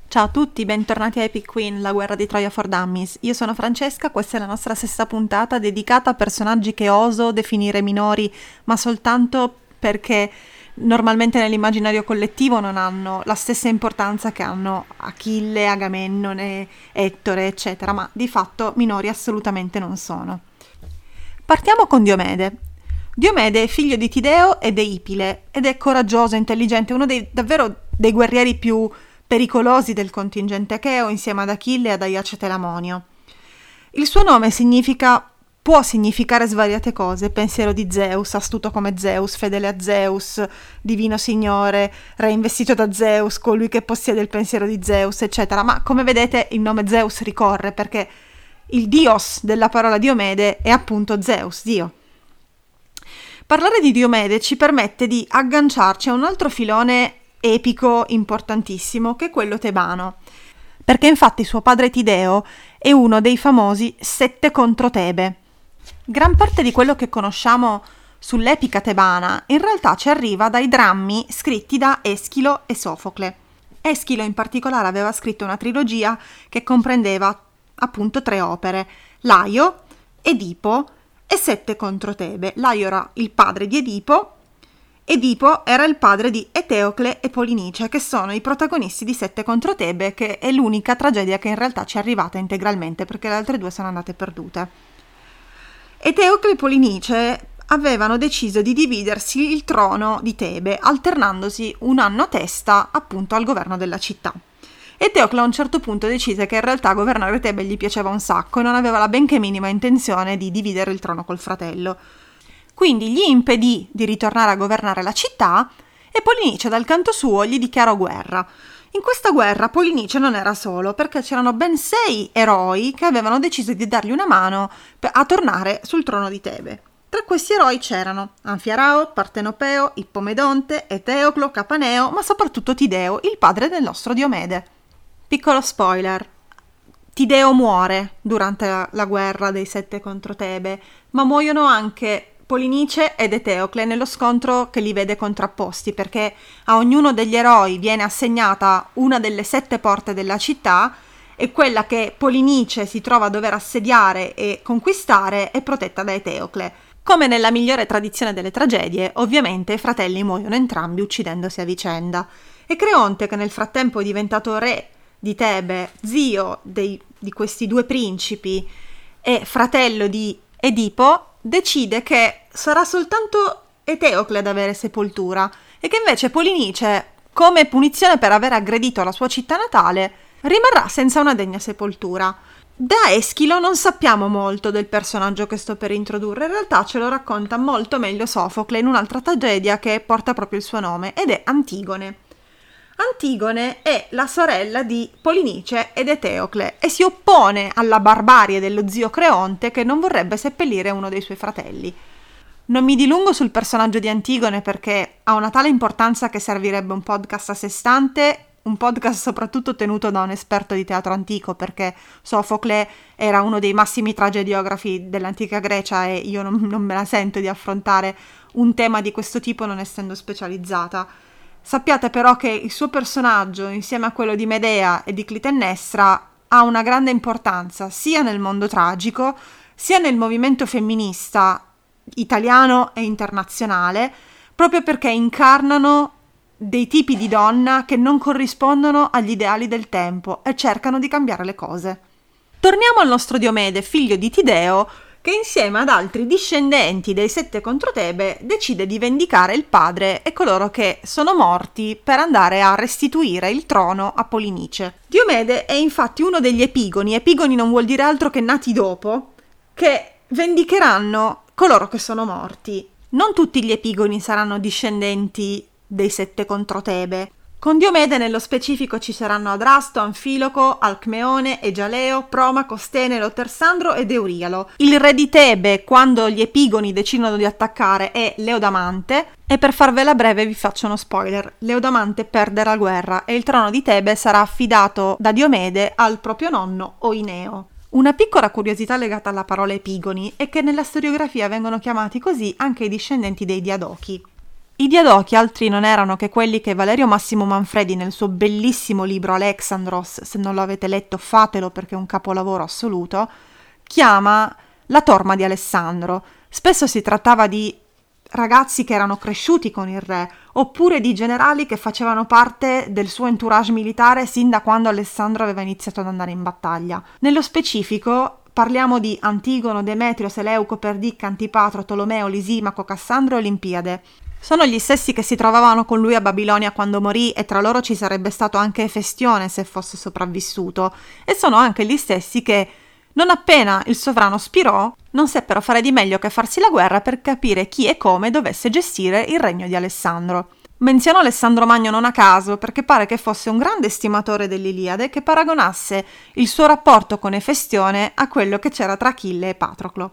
Ciao a tutti, bentornati a Epic Queen, la guerra di Troia for Dummies. Io sono Francesca, questa è la nostra sesta puntata dedicata a personaggi che oso definire minori, ma soltanto perché normalmente nell'immaginario collettivo non hanno la stessa importanza che hanno Achille, Agamennone, Ettore, eccetera, ma di fatto minori assolutamente non sono. Partiamo con Diomede. Diomede è figlio di Tideo e Deipile ed è coraggioso, intelligente, uno davvero dei guerrieri più pericolosi del contingente acheo insieme ad Achille e ad Aiace Telamonio. Il suo nome può significare svariate cose: pensiero di Zeus, astuto come Zeus, fedele a Zeus, divino signore, re investito da Zeus, colui che possiede il pensiero di Zeus, eccetera. Ma come vedete il nome Zeus ricorre perché il dios della parola Diomede è appunto Zeus, Dio. Parlare di Diomede ci permette di agganciarci a un altro filone epico importantissimo, che è quello tebano, perché infatti suo padre Tideo è uno dei famosi 7 contro Tebe. Gran parte di quello che conosciamo sull'epica tebana in realtà ci arriva dai drammi scritti da Eschilo e Sofocle. Eschilo in particolare aveva scritto una trilogia che comprendeva appunto 3 opere: Laio, Edipo e 7 contro Tebe. Laio era il padre di Edipo era il padre di Eteocle e Polinice, che sono i protagonisti di 7 contro Tebe, che è l'unica tragedia che in realtà ci è arrivata integralmente, perché le altre 2 sono andate perdute. Eteocle e Polinice avevano deciso di dividersi il trono di Tebe, alternandosi un anno a testa appunto al governo della città. Eteocle a un certo punto decise che in realtà governare Tebe gli piaceva un sacco e non aveva la benché minima intenzione di dividere il trono col fratello. Quindi gli impedì di ritornare a governare la città e Polinice dal canto suo gli dichiarò guerra. In questa guerra Polinice non era solo, perché c'erano ben 6 eroi che avevano deciso di dargli una mano a tornare sul trono di Tebe. Tra questi eroi c'erano Anfiarao, Partenopeo, Ippomedonte, Eteoclo, Capaneo, ma soprattutto Tideo, il padre del nostro Diomede. Piccolo spoiler: Tideo muore durante la guerra dei 7 contro Tebe, ma muoiono anche Polinice ed Eteocle nello scontro che li vede contrapposti, perché a ognuno degli eroi viene assegnata una delle 7 porte della città e quella che Polinice si trova a dover assediare e conquistare è protetta da Eteocle. Come nella migliore tradizione delle tragedie, ovviamente i fratelli muoiono entrambi uccidendosi a vicenda. E Creonte, che nel frattempo è diventato re di Tebe, zio di questi 2 principi e fratello di Edipo, decide che sarà soltanto Eteocle ad avere sepoltura e che invece Polinice, come punizione per aver aggredito la sua città natale, rimarrà senza una degna sepoltura. Da Eschilo non sappiamo molto del personaggio che sto per introdurre, in realtà ce lo racconta molto meglio Sofocle in un'altra tragedia che porta proprio il suo nome, ed è Antigone. Antigone è la sorella di Polinice ed Eteocle e si oppone alla barbarie dello zio Creonte, che non vorrebbe seppellire uno dei suoi fratelli. Non mi dilungo sul personaggio di Antigone perché ha una tale importanza che servirebbe un podcast a sé stante, un podcast soprattutto tenuto da un esperto di teatro antico, perché Sofocle era uno dei massimi tragediografi dell'antica Grecia e io non me la sento di affrontare un tema di questo tipo non essendo specializzata. Sappiate però che il suo personaggio, insieme a quello di Medea e di Clitennestra, ha una grande importanza sia nel mondo tragico, sia nel movimento femminista italiano e internazionale, proprio perché incarnano dei tipi di donna che non corrispondono agli ideali del tempo e cercano di cambiare le cose. Torniamo al nostro Diomede, figlio di Tideo, che insieme ad altri discendenti dei 7 contro Tebe decide di vendicare il padre e coloro che sono morti per andare a restituire il trono a Polinice. Diomede è infatti uno degli epigoni. Epigoni non vuol dire altro che nati dopo, che vendicheranno coloro che sono morti. Non tutti gli epigoni saranno discendenti dei 7 contro Tebe. Con Diomede nello specifico ci saranno Adrasto, Anfiloco, Alcmeone, Egialeo, Promaco, Stenelo, Tersandro ed Eurialo. Il re di Tebe, quando gli epigoni decidono di attaccare, è Leodamante, e per farvela breve vi faccio uno spoiler: Leodamante perde la guerra e il trono di Tebe sarà affidato da Diomede al proprio nonno Oineo. Una piccola curiosità legata alla parola epigoni è che nella storiografia vengono chiamati così anche i discendenti dei Diadochi. I Diadochi altri non erano che quelli che Valerio Massimo Manfredi nel suo bellissimo libro Alexandros, se non lo avete letto fatelo perché è un capolavoro assoluto, chiama la torma di Alessandro. Spesso si trattava di ragazzi che erano cresciuti con il re, oppure di generali che facevano parte del suo entourage militare sin da quando Alessandro aveva iniziato ad andare in battaglia. Nello specifico parliamo di Antigono, Demetrio, Seleuco, Perdicca, Antipatro, Tolomeo, Lisimaco, Cassandro e Olimpiade. Sono gli stessi che si trovavano con lui a Babilonia quando morì e tra loro ci sarebbe stato anche Efestione se fosse sopravvissuto, e sono anche gli stessi che, non appena il sovrano spirò, non seppero fare di meglio che farsi la guerra per capire chi e come dovesse gestire il regno di Alessandro. Menziono Alessandro Magno non a caso, perché pare che fosse un grande estimatore dell'Iliade che paragonasse il suo rapporto con Efestione a quello che c'era tra Achille e Patroclo.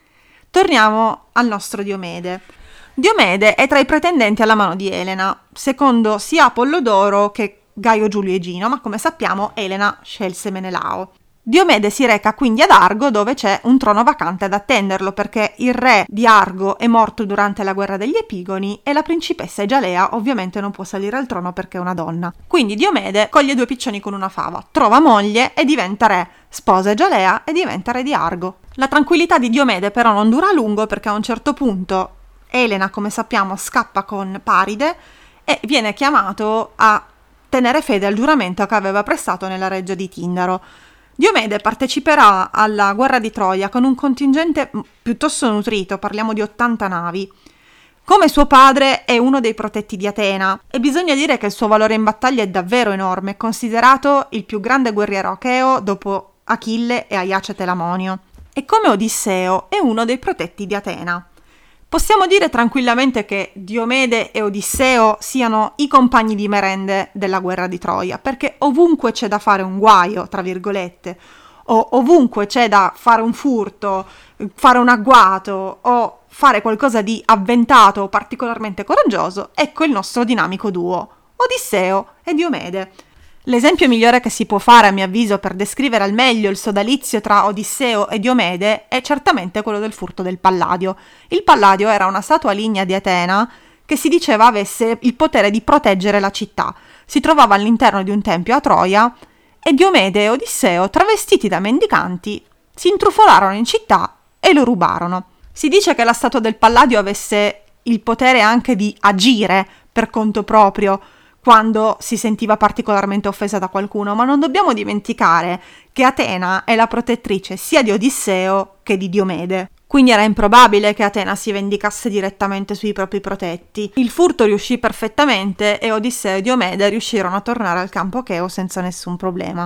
Torniamo al nostro Diomede. Diomede è tra i pretendenti alla mano di Elena, secondo sia Apollodoro che Gaio Giulio Egino, ma come sappiamo Elena scelse Menelao. Diomede si reca quindi ad Argo, dove c'è un trono vacante ad attenderlo, perché il re di Argo è morto durante la guerra degli Epigoni e la principessa Egialea ovviamente non può salire al trono perché è una donna. Quindi Diomede coglie due piccioni con una fava, trova moglie e diventa re, sposa Egialea e diventa re di Argo. La tranquillità di Diomede però non dura a lungo, perché a un certo punto Elena, come sappiamo, scappa con Paride e viene chiamato a tenere fede al giuramento che aveva prestato nella reggia di Tindaro. Diomede parteciperà alla guerra di Troia con un contingente piuttosto nutrito, parliamo di 80 navi. Come suo padre è uno dei protetti di Atena e bisogna dire che il suo valore in battaglia è davvero enorme, considerato il più grande guerriero acheo dopo Achille e Aiace Telamonio. E come Odisseo è uno dei protetti di Atena. Possiamo dire tranquillamente che Diomede e Odisseo siano i compagni di merende della guerra di Troia, perché ovunque c'è da fare un guaio, tra virgolette, o ovunque c'è da fare un furto, fare un agguato o fare qualcosa di avventato o particolarmente coraggioso, ecco il nostro dinamico duo, Odisseo e Diomede. L'esempio migliore che si può fare, a mio avviso, per descrivere al meglio il sodalizio tra Odisseo e Diomede è certamente quello del furto del Palladio. Il Palladio era una statua lignea di Atena che si diceva avesse il potere di proteggere la città. Si trovava all'interno di un tempio a Troia e Diomede e Odisseo, travestiti da mendicanti, si intrufolarono in città e lo rubarono. Si dice che la statua del Palladio avesse il potere anche di agire per conto proprio quando si sentiva particolarmente offesa da qualcuno, ma non dobbiamo dimenticare che Atena è la protettrice sia di Odisseo che di Diomede. Quindi era improbabile che Atena si vendicasse direttamente sui propri protetti. Il furto riuscì perfettamente e Odisseo e Diomede riuscirono a tornare al campo acheo senza nessun problema.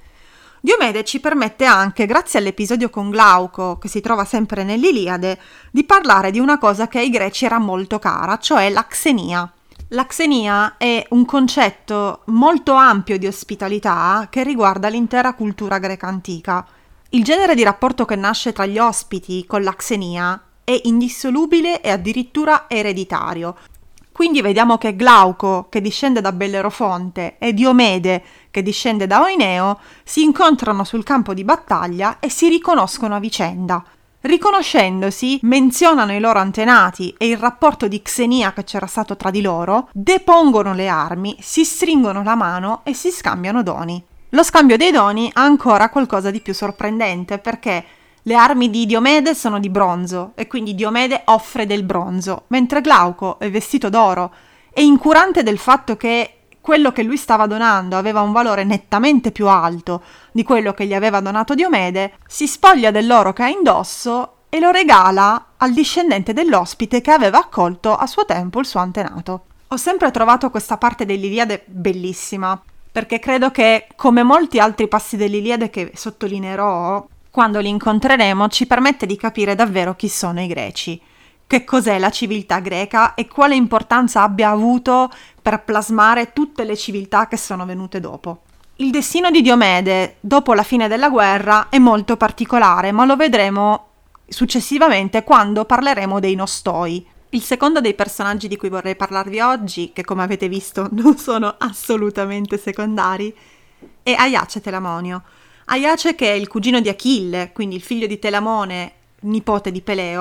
Diomede ci permette anche, grazie all'episodio con Glauco, che si trova sempre nell'Iliade, di parlare di una cosa che ai greci era molto cara, cioè la xenia. La xenia è un concetto molto ampio di ospitalità che riguarda l'intera cultura greca antica. Il genere di rapporto che nasce tra gli ospiti con la xenia è indissolubile e addirittura ereditario. Quindi vediamo che Glauco, che discende da Bellerofonte, e Diomede, che discende da Oineo, si incontrano sul campo di battaglia e si riconoscono a vicenda. Riconoscendosi, menzionano i loro antenati e il rapporto di xenia che c'era stato tra di loro, depongono le armi, si stringono la mano e si scambiano doni. Lo scambio dei doni ha ancora qualcosa di più sorprendente, perché le armi di Diomede sono di bronzo e quindi Diomede offre del bronzo, mentre Glauco è vestito d'oro e incurante del fatto che quello che lui stava donando aveva un valore nettamente più alto di quello che gli aveva donato Diomede, si spoglia dell'oro che ha indosso e lo regala al discendente dell'ospite che aveva accolto a suo tempo il suo antenato. Ho sempre trovato questa parte dell'Iliade bellissima, perché credo che, come molti altri passi dell'Iliade che sottolineerò, quando li incontreremo, ci permette di capire davvero chi sono i greci, che cos'è la civiltà greca e quale importanza abbia avuto per plasmare tutte le civiltà che sono venute dopo. Il destino di Diomede, dopo la fine della guerra, è molto particolare, ma lo vedremo successivamente quando parleremo dei Nostoi. Il secondo dei personaggi di cui vorrei parlarvi oggi, che come avete visto non sono assolutamente secondari, è Aiace Telamonio. Aiace, che è il cugino di Achille, quindi il figlio di Telamone, nipote di Peleo,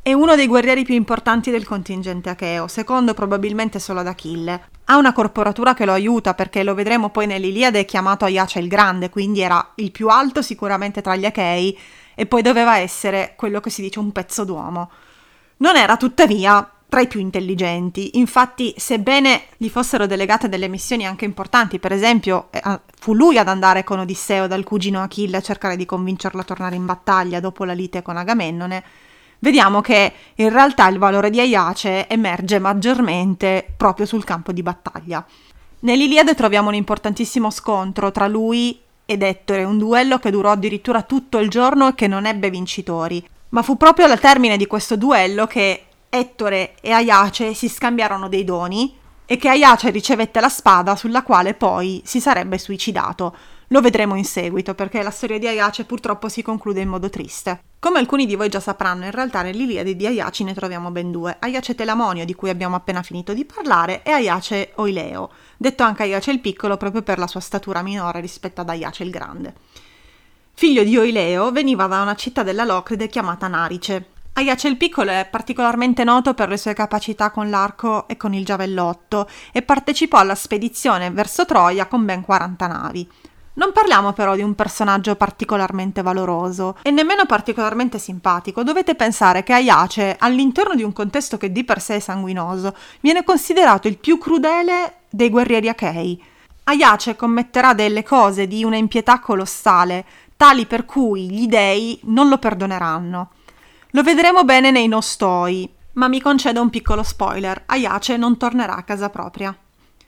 È uno dei guerrieri più importanti del contingente acheo, secondo probabilmente solo ad Achille. Ha una corporatura che lo aiuta perché lo vedremo poi nell'Iliade è chiamato Aiace il Grande, quindi era il più alto sicuramente tra gli achei e poi doveva essere quello che si dice un pezzo d'uomo. Non era tuttavia tra i più intelligenti, infatti sebbene gli fossero delegate delle missioni anche importanti, per esempio fu lui ad andare con Odisseo dal cugino Achille a cercare di convincerlo a tornare in battaglia dopo la lite con Agamennone, vediamo che in realtà il valore di Aiace emerge maggiormente proprio sul campo di battaglia. Nell'Iliade troviamo un importantissimo scontro tra lui ed Ettore, un duello che durò addirittura tutto il giorno e che non ebbe vincitori. Ma fu proprio al termine di questo duello che Ettore e Aiace si scambiarono dei doni e che Aiace ricevette la spada sulla quale poi si sarebbe suicidato. Lo vedremo in seguito perché la storia di Aiace purtroppo si conclude in modo triste. Come alcuni di voi già sapranno, in realtà nell'Iliade di Aiace ne troviamo ben due: Aiace Telamonio, di cui abbiamo appena finito di parlare, e Aiace Oileo, detto anche Aiace il Piccolo proprio per la sua statura minore rispetto ad Aiace il Grande. Figlio di Oileo, veniva da una città della Locride chiamata Narice. Aiace il Piccolo è particolarmente noto per le sue capacità con l'arco e con il giavellotto e partecipò alla spedizione verso Troia con ben 40 navi. Non parliamo però di un personaggio particolarmente valoroso e nemmeno particolarmente simpatico. Dovete pensare che Aiace, all'interno di un contesto che di per sé è sanguinoso, viene considerato il più crudele dei guerrieri achei. Aiace commetterà delle cose di una impietà colossale, tali per cui gli dei non lo perdoneranno. Lo vedremo bene nei Nostoi, ma mi concedo un piccolo spoiler: Aiace non tornerà a casa propria.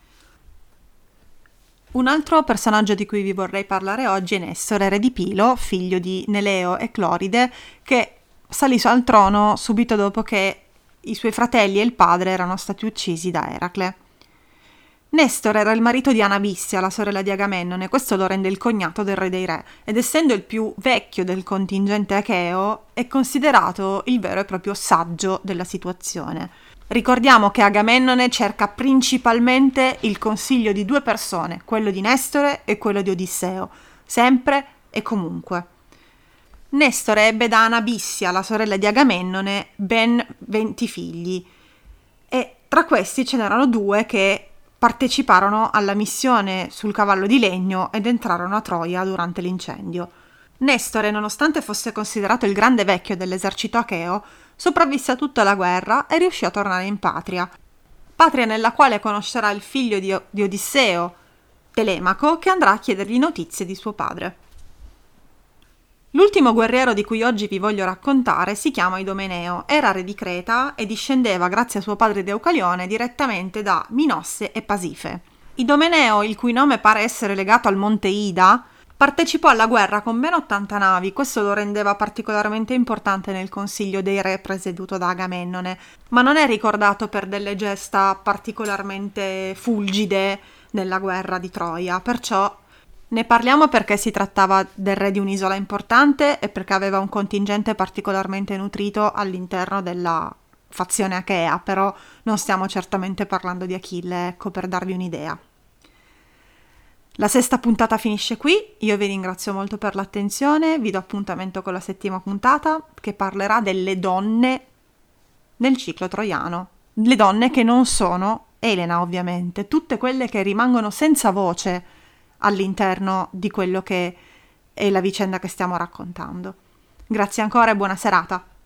Un altro personaggio di cui vi vorrei parlare oggi è Nessore, re di Pilo, figlio di Neleo e Cloride, che salì al trono subito dopo che i suoi fratelli e il padre erano stati uccisi da Eracle. Nestore era il marito di Anabissia, la sorella di Agamennone. Questo lo rende il cognato del re dei re, ed essendo il più vecchio del contingente acheo, è considerato il vero e proprio saggio della situazione. Ricordiamo che Agamennone cerca principalmente il consiglio di due persone, quello di Nestore e quello di Odisseo, sempre e comunque. Nestore ebbe da Anabissia, la sorella di Agamennone, ben 20 figli, e tra questi ce n'erano 2 che parteciparono alla missione sul cavallo di legno ed entrarono a Troia durante l'incendio. Nestore, nonostante fosse considerato il grande vecchio dell'esercito acheo, sopravvisse a tutta la guerra e riuscì a tornare in patria nella quale conoscerà il figlio di Odisseo, Telemaco, che andrà a chiedergli notizie di suo padre. L'ultimo guerriero di cui oggi vi voglio raccontare si chiama Idomeneo, era re di Creta e discendeva, grazie a suo padre Deucalione, direttamente da Minosse e Pasife. Idomeneo, il cui nome pare essere legato al monte Ida, partecipò alla guerra con ben 80 navi. Questo lo rendeva particolarmente importante nel consiglio dei re presieduto da Agamennone, ma non è ricordato per delle gesta particolarmente fulgide nella guerra di Troia, perciò ne parliamo perché si trattava del re di un'isola importante e perché aveva un contingente particolarmente nutrito all'interno della fazione achea, però non stiamo certamente parlando di Achille, ecco, per darvi un'idea. La sesta puntata finisce qui, io vi ringrazio molto per l'attenzione, vi do appuntamento con la settima puntata che parlerà delle donne nel ciclo troiano, le donne che non sono Elena ovviamente, tutte quelle che rimangono senza voce all'interno di quello che è la vicenda che stiamo raccontando. Grazie ancora e buona serata.